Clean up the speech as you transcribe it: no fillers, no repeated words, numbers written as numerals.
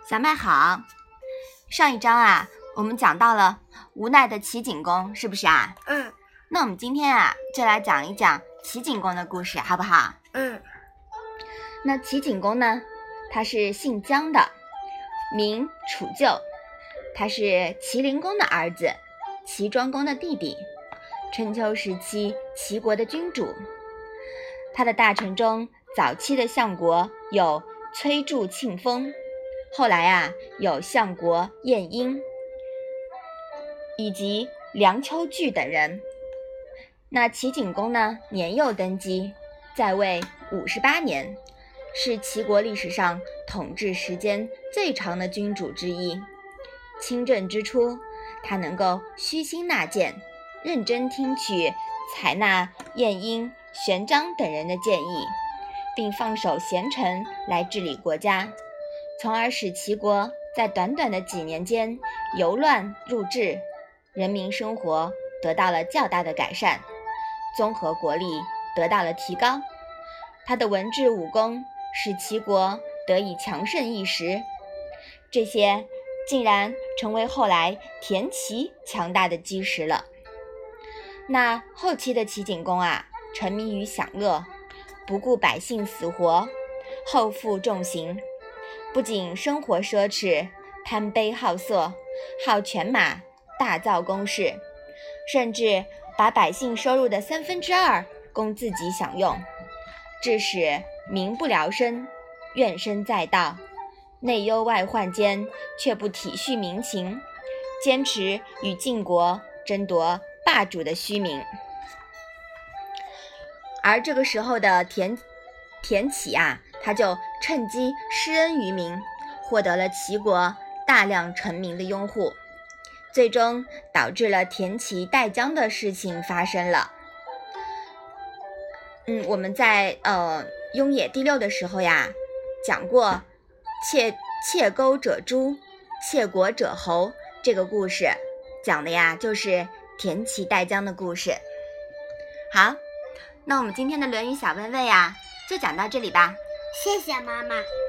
小麦好，上一章啊，我们讲到了无奈的齐景公，是不是啊？那我们今天啊，就来讲一讲齐景公的故事，好不好？那齐景公呢，他是姓姜的，名楚臼，他是齐灵公的儿子，齐庄公的弟弟，春秋时期齐国的君主。他的大臣中，早期的相国有崔杼、庆封，后来啊有相国晏婴以及梁丘据等人。那齐景公呢，年幼登基，在位58年，是齐国历史上统治时间最长的君主之一。亲政之初，他能够虚心纳谏，认真听取采纳晏婴、玄章等人的建议，并放手贤臣来治理国家，从而使齐国在短短的几年间由乱入治，人民生活得到了较大的改善，综合国力得到了提高。他的文治武功使齐国得以强盛一时，这些竟然成为后来田齐强大的基石了。那后期的齐景公啊，沉迷于享乐，不顾百姓死活，后负重刑，不仅生活奢侈，贪杯好色，好犬马，大造宫室，甚至把百姓收入的2/3供自己享用，致使民不聊生，怨声载道，内忧外患间却不体恤民情，坚持与晋国争夺霸主的虚名。而这个时候的田齐啊，他就趁机施恩于民，获得了齐国大量臣民的拥护，最终导致了田齐代姜的事情发生了。我们在雍也第6的时候呀，讲过窃钩者诛，窃国者侯这个故事，讲的呀就是田齐代姜的故事。好，那我们今天的《论语》小问问呀，就讲到这里吧。 谢谢妈妈。